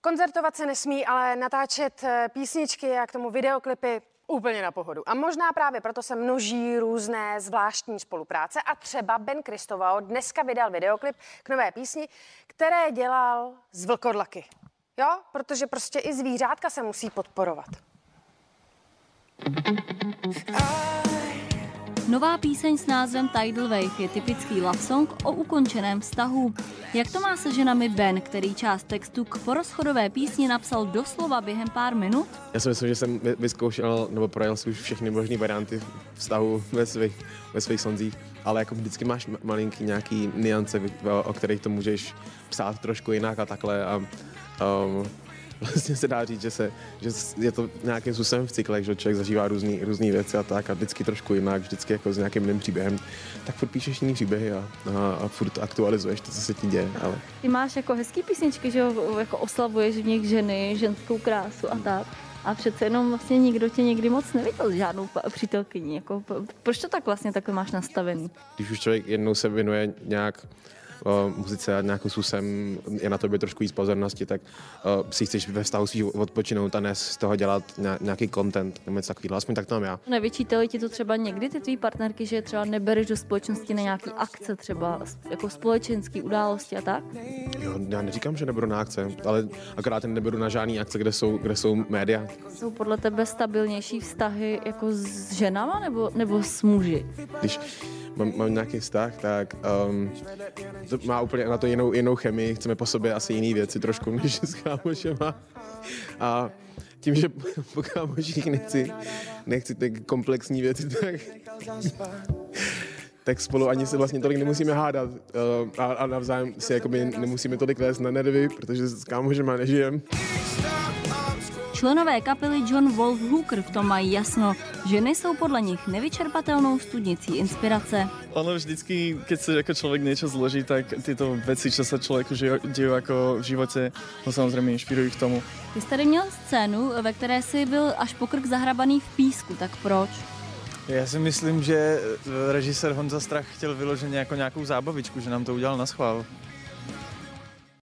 Koncertovat se nesmí, ale natáčet písničky a k tomu videoklipy úplně na pohodu. A možná právě proto se množí různé zvláštní spolupráce a třeba Ben Kristovao dneska vydal videoklip k nové písni, které dělal z vlkodlaky. Jo, protože prostě i zvířátka se musí podporovat. Nová píseň s názvem Tidal Wave je typický love song o ukončeném vztahu. Jak to má se ženami Ben, který část textu k porozchodové písni napsal doslova během pár minut? Já si myslím, že jsem vyzkoušel nebo projel si už všechny možné varianty vztahu ve svých sonzích, ale jako vždycky máš malinký nějaký niance, o kterých to můžeš psát trošku jinak a takhle a vlastně se dá říct, že je to nějakým způsobem v cyklech, že člověk zažívá různý věci a tak a vždycky trošku jinak, vždycky jako s nějakým jiným příběhem, tak furt píšeš jiný příběhy a furt aktualizuješ to, co se ti děje. Ale... Ty máš jako hezký písničky, že jako oslavuješ v nich ženy, ženskou krásu a tak. A přece jenom vlastně nikdo tě někdy moc neviděl žádnou přítelkyni. Jako, proč to tak vlastně takhle máš nastavený? Když už člověk jednou se věnuje nějak muzice a nějakým způsobem je na tobě trošku víc pozornosti, tak si chceš ve vztahu svých odpočinout a ne z toho dělat nějaký content nebo něco takového. Aspoň tak to mám já. Nevyčítali ti to třeba někdy ty tvý partnerky, že třeba nebereš do společnosti na nějaký akce, třeba jako společenský události a tak? Jo, já neříkám, že neberu na akce, ale akorát neberu na žádný akce, kde jsou média. Jsou podle tebe stabilnější vztahy jako s ženama nebo s muži? Když mám nějaký vztah, tak to má úplně na to jinou chemii, chceme po sobě asi jiný věci trošku, než s kámošema. A tím, že po kámoších nechci ty komplexní věci, tak spolu ani se vlastně tolik nemusíme hádat a navzájem si jakoby nemusíme tolik vést na nervy, protože s kámošema nežijeme. Členové kapely John Wolf Hooker v tom mají jasno. Ženy jsou podle nich nevyčerpatelnou studnicí inspirace. Ono vždycky, keď sa ako človek niečo zloží, tak tieto veci, čo sa človeku dejú ako v živote, ho samozrejme inšpirujú k tomu. Ty jsi tady měl scénu, ve které jsi byl až po krk zahrabaný v písku, tak proč? Ja si myslím, že režisér Honza Strach chtěl vyloženě jako nějakou zábavičku, že nám to udělal na schvál.